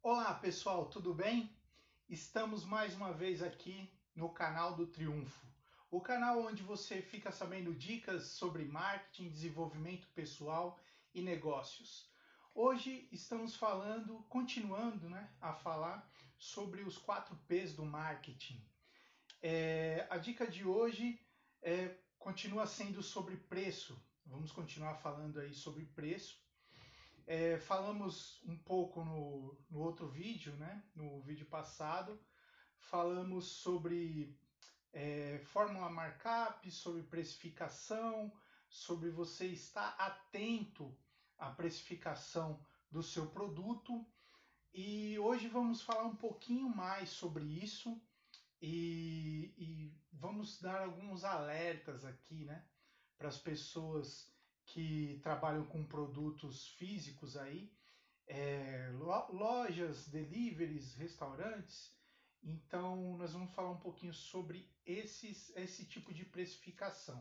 Olá pessoal, tudo bem? Estamos mais uma vez aqui no canal do Triunfo, o canal onde você fica sabendo dicas sobre marketing, desenvolvimento pessoal e negócios. Hoje estamos continuando a falar sobre os 4 P's do marketing. A dica de hoje continua sendo sobre preço. Vamos continuar falando aí sobre preço. Falamos um pouco no outro vídeo, no vídeo passado, falamos sobre fórmula markup, sobre precificação, sobre você estar atento à precificação do seu produto. E hoje vamos falar um pouquinho mais sobre isso e vamos dar alguns alertas aqui, para as pessoas que trabalham com produtos físicos aí, lojas, deliveries, restaurantes. Então nós vamos falar um pouquinho sobre esse tipo de precificação.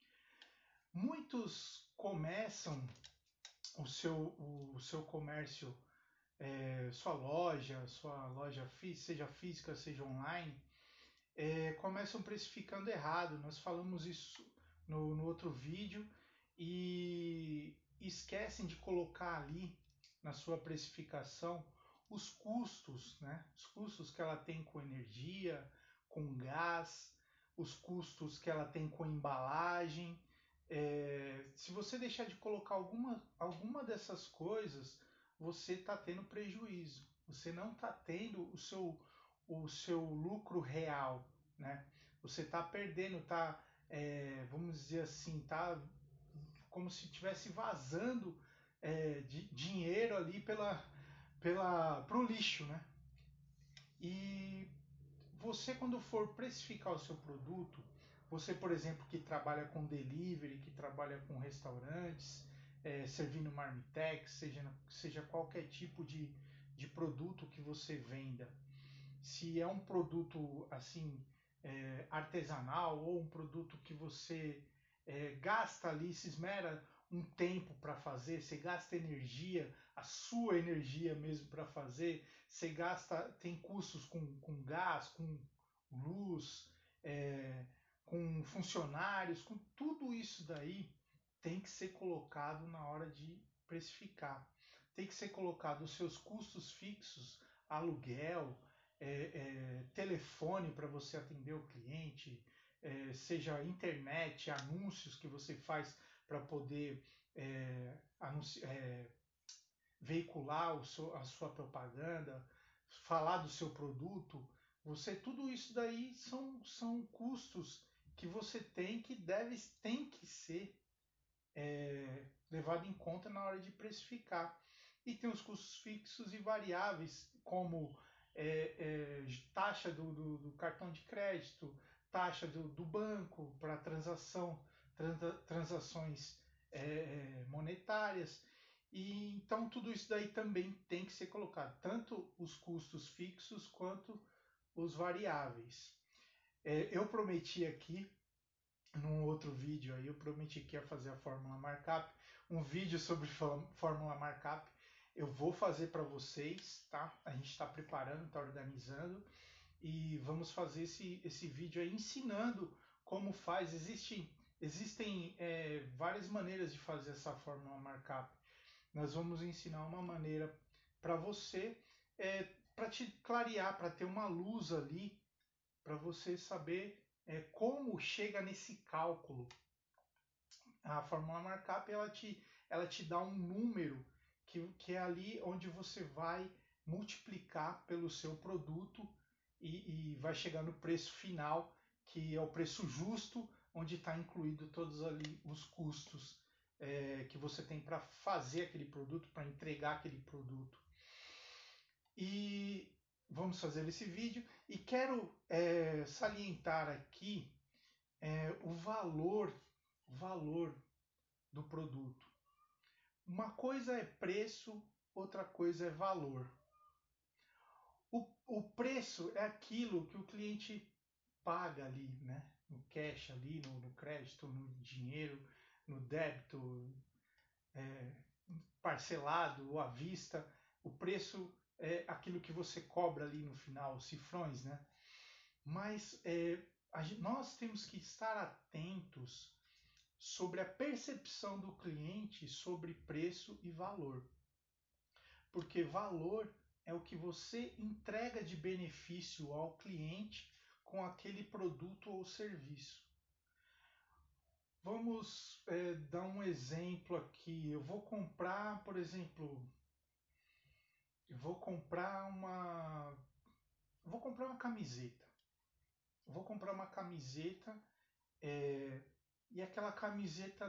Muitos começam o seu comércio, sua loja seja física, seja online, começam precificando errado. Nós falamos isso no outro vídeo e esquecem de colocar ali na sua precificação os custos, os custos que ela tem com energia, com gás, os custos que ela tem com embalagem. Se você deixar de colocar alguma dessas coisas, você está tendo prejuízo. Você não está tendo o seu lucro real, Você está perdendo, vamos dizer assim, tá como se estivesse vazando de dinheiro ali pro lixo, E você, quando for precificar o seu produto, você, por exemplo, que trabalha com delivery, que trabalha com restaurantes, servindo marmitex, seja qualquer tipo de produto que você venda, se é um produto assim artesanal ou um produto que você gasta ali, se esmera um tempo para fazer, você gasta energia, a sua energia mesmo para fazer, você gasta, tem custos com gás, com luz, com funcionários, com tudo isso daí tem que ser colocado na hora de precificar. Tem que ser colocado os seus custos fixos, aluguel, telefone para você atender o cliente, seja internet, anúncios que você faz para poder veicular a sua propaganda, falar do seu produto. Tudo isso daí são custos que você tem que ser levado em conta na hora de precificar. E tem os custos fixos e variáveis, como taxa do cartão de crédito, taxa do banco para transações monetárias. E então tudo isso daí também tem que ser colocado, tanto os custos fixos quanto os variáveis. Eu prometi aqui num outro vídeo aí, eu prometi que ia fazer a fórmula markup, um vídeo sobre fórmula markup. Eu vou fazer para vocês, tá? A gente está preparando, está organizando e vamos fazer esse vídeo aí ensinando como faz. Existem várias maneiras de fazer essa fórmula markup. Nós vamos ensinar uma maneira para você, para te clarear, para ter uma luz ali, para você saber como chega nesse cálculo. A fórmula markup ela te dá um número que é ali onde você vai multiplicar pelo seu produto e vai chegar no preço final, que é o preço justo, onde está incluído todos ali os custos que você tem para fazer aquele produto, para entregar aquele produto. E vamos fazer esse vídeo e quero salientar aqui o valor do produto. Uma coisa é preço, outra coisa é valor. O preço é aquilo que o cliente paga ali, no cash ali, no crédito, no dinheiro, no débito, parcelado ou à vista. O preço aquilo que você cobra ali no final, os cifrões, né? Mas nós temos que estar atentos sobre a percepção do cliente sobre preço e valor. Porque valor é o que você entrega de benefício ao cliente com aquele produto ou serviço. Vamos dar um exemplo aqui. Eu vou comprar, por exemplo, eu vou comprar uma camiseta. Eu vou comprar uma camiseta e aquela camiseta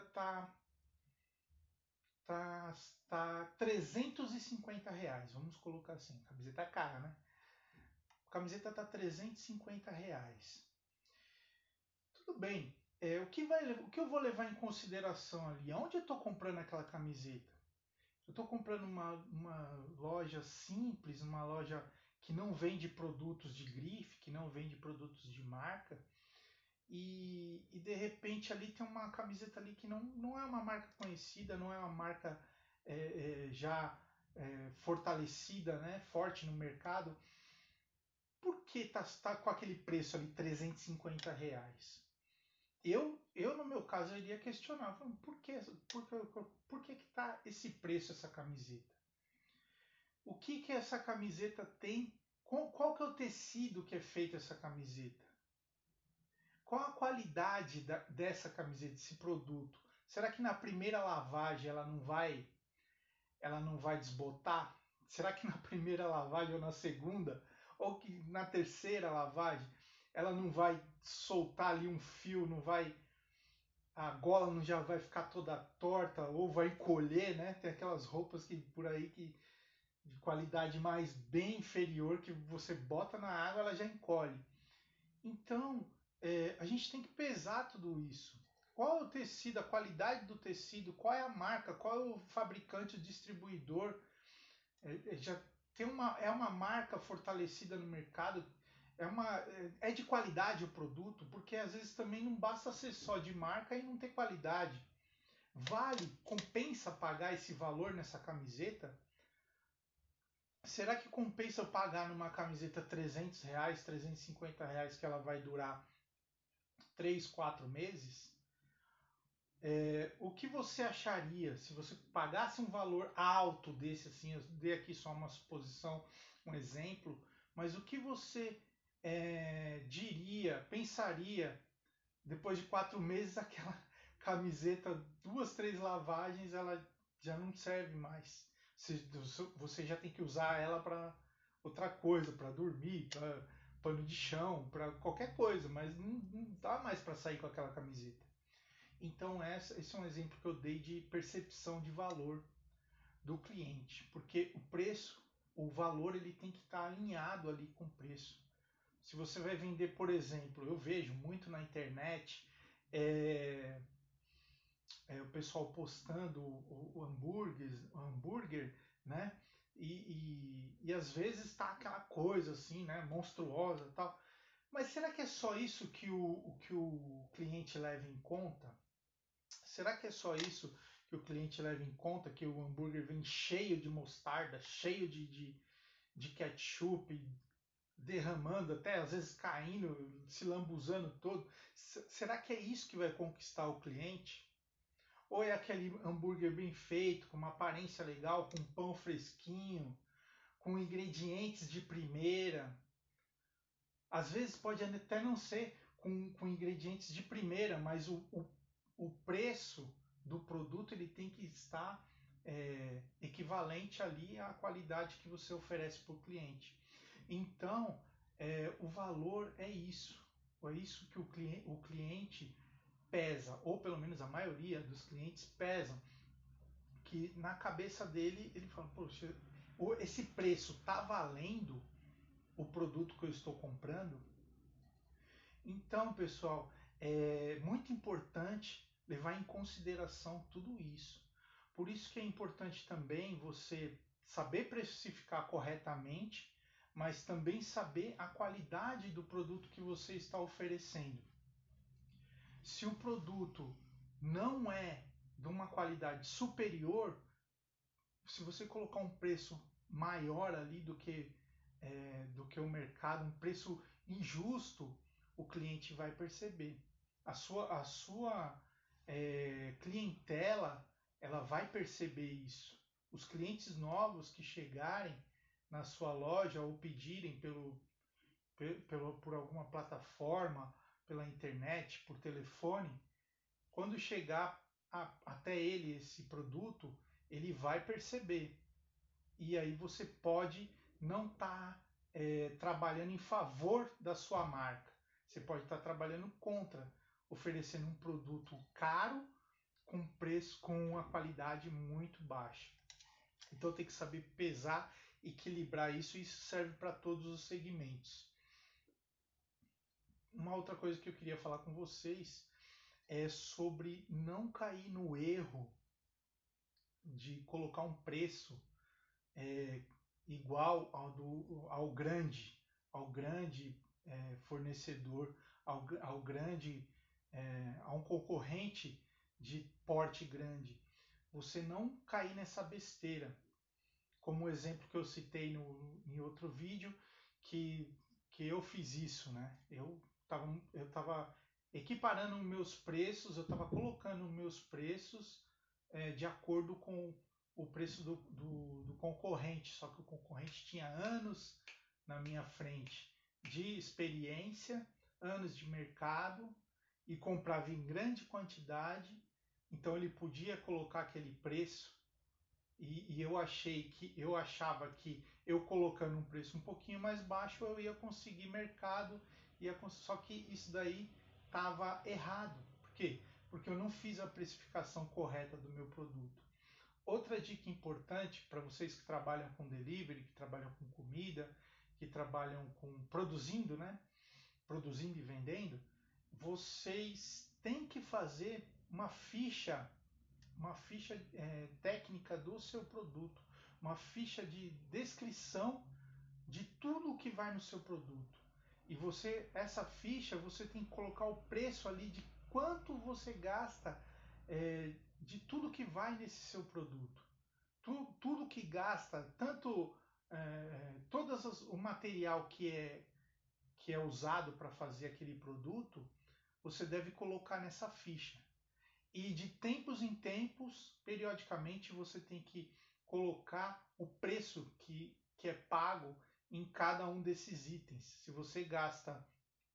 tá R$ 350, vamos colocar assim. A camiseta é cara, né? A camiseta tá R$ 350. Tudo bem. O que eu vou levar em consideração ali? Onde eu estou comprando aquela camiseta? Eu estou comprando uma loja simples, uma loja que não vende produtos de grife, que não vende produtos de marca, e de repente ali tem uma camiseta ali que não é uma marca conhecida, não é uma marca já fortalecida, né, forte no mercado. Por que tá com aquele preço ali, R$ 350? Eu, no meu caso, eu iria questionar, falando, por que que tá esse preço, essa camiseta? O que que essa camiseta tem? Qual que é o tecido que é feito essa camiseta? Qual a qualidade dessa camiseta, desse produto? Será que na primeira lavagem ela não vai desbotar? Será que na primeira lavagem ou na segunda, ou que na terceira lavagem, ela não vai soltar ali um fio, a gola não já vai ficar toda torta ou vai encolher, né? Tem aquelas roupas que por aí que de qualidade mais bem inferior que você bota na água, ela já encolhe. Então, a gente tem que pesar tudo isso. Qual é o tecido, a qualidade do tecido, qual é a marca, qual é o fabricante, o distribuidor. Já é uma marca fortalecida no mercado, é de qualidade o produto, porque às vezes também não basta ser só de marca e não ter qualidade. Compensa pagar esse valor nessa camiseta? Será que compensa eu pagar numa camiseta R$ 300, R$ 350 que ela vai durar 3, 4 meses? O que você acharia se você pagasse um valor alto desse, assim, eu dei aqui só uma suposição, um exemplo, mas o que você pensaria, depois de 4 meses, aquela camiseta, 2, 3 lavagens, ela já não serve mais. Você já tem que usar ela para outra coisa, para dormir, para pano de chão, para qualquer coisa, mas não dá mais para sair com aquela camiseta. Então, esse é um exemplo que eu dei de percepção de valor do cliente, porque o valor, ele tem que estar alinhado ali com o preço. Se você vai vender, por exemplo, eu vejo muito na internet o pessoal postando o hambúrguer, né? E às vezes está aquela coisa assim, né? Monstruosa e tal. Mas será que é só isso que o cliente leva em conta? Será que é só isso que o cliente leva em conta? Que o hambúrguer vem cheio de mostarda, cheio de ketchup, derramando, até às vezes caindo, se lambuzando todo? Será que é isso que vai conquistar o cliente? Ou é aquele hambúrguer bem feito, com uma aparência legal, com pão fresquinho, com ingredientes de primeira? Às vezes pode até não ser com ingredientes de primeira, mas o preço do produto ele tem que estar equivalente ali à qualidade que você oferece para o cliente. Então, o valor é isso. É isso que o cliente pesa, ou pelo menos a maioria dos clientes pesam, que na cabeça dele ele fala, poxa, esse preço está valendo o produto que eu estou comprando? Então, pessoal, é muito importante levar em consideração tudo isso. Por isso que é importante também você saber precificar corretamente, mas também saber a qualidade do produto que você está oferecendo. Se o produto não é de uma qualidade superior, se você colocar um preço maior ali do que o mercado, um preço injusto, o cliente vai perceber. A sua clientela, ela vai perceber isso. Os clientes novos que chegarem na sua loja ou pedirem por alguma plataforma, pela internet, por telefone, quando chegar até ele esse produto, ele vai perceber. E aí você pode não estar trabalhando em favor da sua marca. Você pode estar trabalhando contra, oferecendo um produto caro com preço, com uma qualidade muito baixa. Então tem que saber pesar, equilibrar isso, e isso serve para todos os segmentos. Uma outra coisa que eu queria falar com vocês é sobre não cair no erro de colocar um preço igual ao grande fornecedor, a um concorrente de porte grande. Você não cair nessa besteira. Como o exemplo que eu citei em outro vídeo, que eu fiz isso, né? Eu estava equiparando meus preços, eu estava colocando meus preços de acordo com o preço do concorrente, só que o concorrente tinha anos na minha frente de experiência, anos de mercado, e comprava em grande quantidade, então ele podia colocar aquele preço, e eu achava que eu colocando um preço um pouquinho mais baixo eu ia conseguir mercado, só que isso daí estava errado. Por quê? Porque eu não fiz a precificação correta do meu produto. Outra dica importante para vocês que trabalham com delivery, que trabalham com comida, que trabalham com produzindo, né? Produzindo e vendendo, vocês têm que fazer uma ficha técnica do seu produto, uma ficha de descrição de tudo que vai no seu produto. E essa ficha, você tem que colocar o preço ali de quanto você gasta de tudo que vai nesse seu produto. Tudo que gasta, tanto o material que é usado para fazer aquele produto, você deve colocar nessa ficha. E de tempos em tempos, periodicamente, você tem que colocar o preço que é pago em cada um desses itens. Se você gasta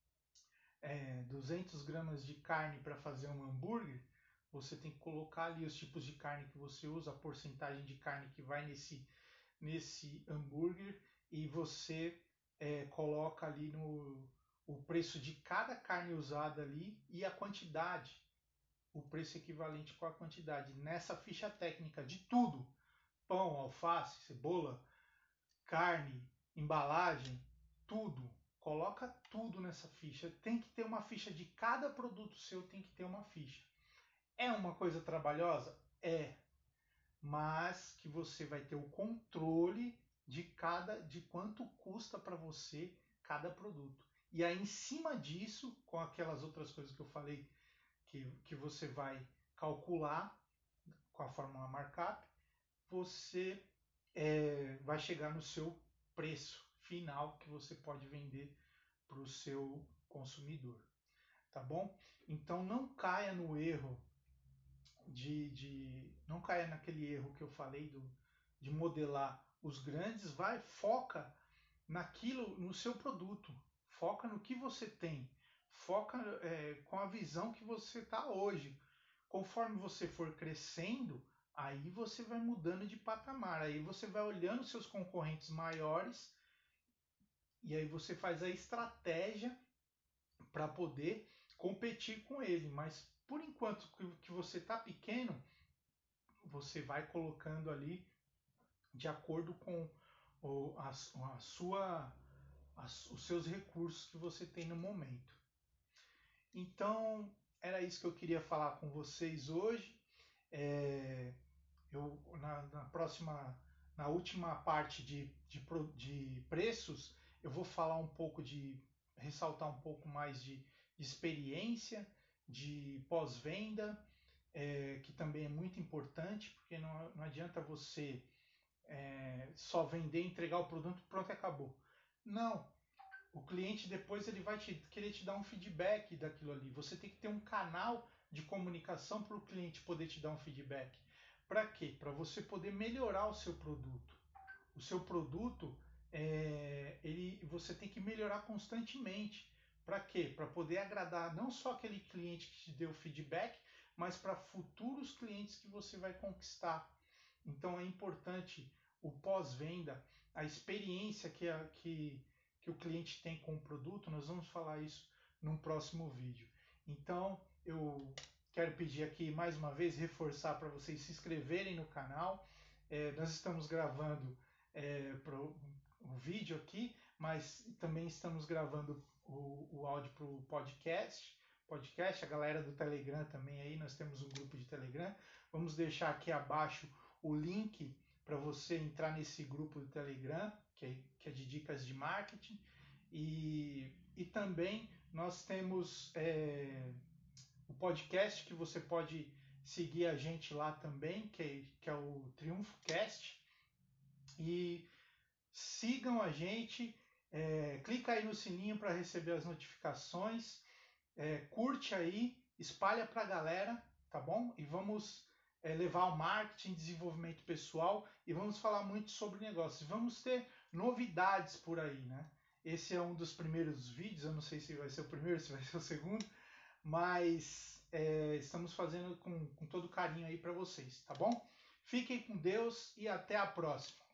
200 gramas de carne para fazer um hambúrguer, você tem que colocar ali os tipos de carne que você usa, a porcentagem de carne que vai nesse hambúrguer, e você coloca ali o preço de cada carne usada ali e a quantidade, o preço equivalente com a quantidade. Nessa ficha técnica de tudo, pão, alface, cebola, carne, embalagem, tudo. Coloca tudo nessa ficha. Tem que ter uma ficha de cada produto seu, tem que ter uma ficha. É uma coisa trabalhosa? É. Mas que você vai ter o controle de quanto custa para você cada produto. E aí, em cima disso, com aquelas outras coisas que eu falei, que você vai calcular com a fórmula markup, você vai chegar no seu preço final que você pode vender para o seu consumidor, tá bom? Então não caia no erro não caia naquele erro que eu falei de modelar os grandes. Foca no seu produto, foca no que você tem, foca com a visão que você está hoje. Conforme você for crescendo, aí você vai mudando de patamar, aí você vai olhando seus concorrentes maiores e aí você faz a estratégia para poder competir com ele. Mas por enquanto que você está pequeno, você vai colocando ali de acordo com os seus recursos que você tem no momento. Então, era isso que eu queria falar com vocês hoje. Na última parte de preços, eu vou falar um pouco ressaltar um pouco mais de experiência, de pós-venda, que também é muito importante, porque não adianta você só vender, entregar o produto, pronto, acabou. Não. O cliente depois ele vai querer te dar um feedback daquilo ali. Você tem que ter um canal de comunicação para o cliente poder te dar um feedback. Para quê? Para você poder melhorar o seu produto. O seu produto, você tem que melhorar constantemente. Para quê? Para poder agradar não só aquele cliente que te deu feedback, mas para futuros clientes que você vai conquistar. Então é importante o pós-venda, a experiência que o cliente tem com o produto. Nós vamos falar isso num próximo vídeo. Então eu quero pedir aqui mais uma vez, reforçar para vocês se inscreverem no canal. Nós estamos gravando o vídeo aqui, mas também estamos gravando o áudio para o podcast, a galera do Telegram também aí, nós temos um grupo de Telegram. Vamos deixar aqui abaixo o link para você entrar nesse grupo do Telegram, que é de dicas de marketing. E também nós temos o podcast que você pode seguir a gente lá também, que é o TriunfoCast. E sigam a gente, clica aí no sininho para receber as notificações, curte aí, espalha para a galera, tá bom? E vamos levar o marketing, desenvolvimento pessoal, e vamos falar muito sobre negócios. Vamos ter novidades por aí, né? Esse é um dos primeiros vídeos, eu não sei se vai ser o primeiro, se vai ser o segundo, mas estamos fazendo com todo carinho aí para vocês, tá bom? Fiquem com Deus e até a próxima.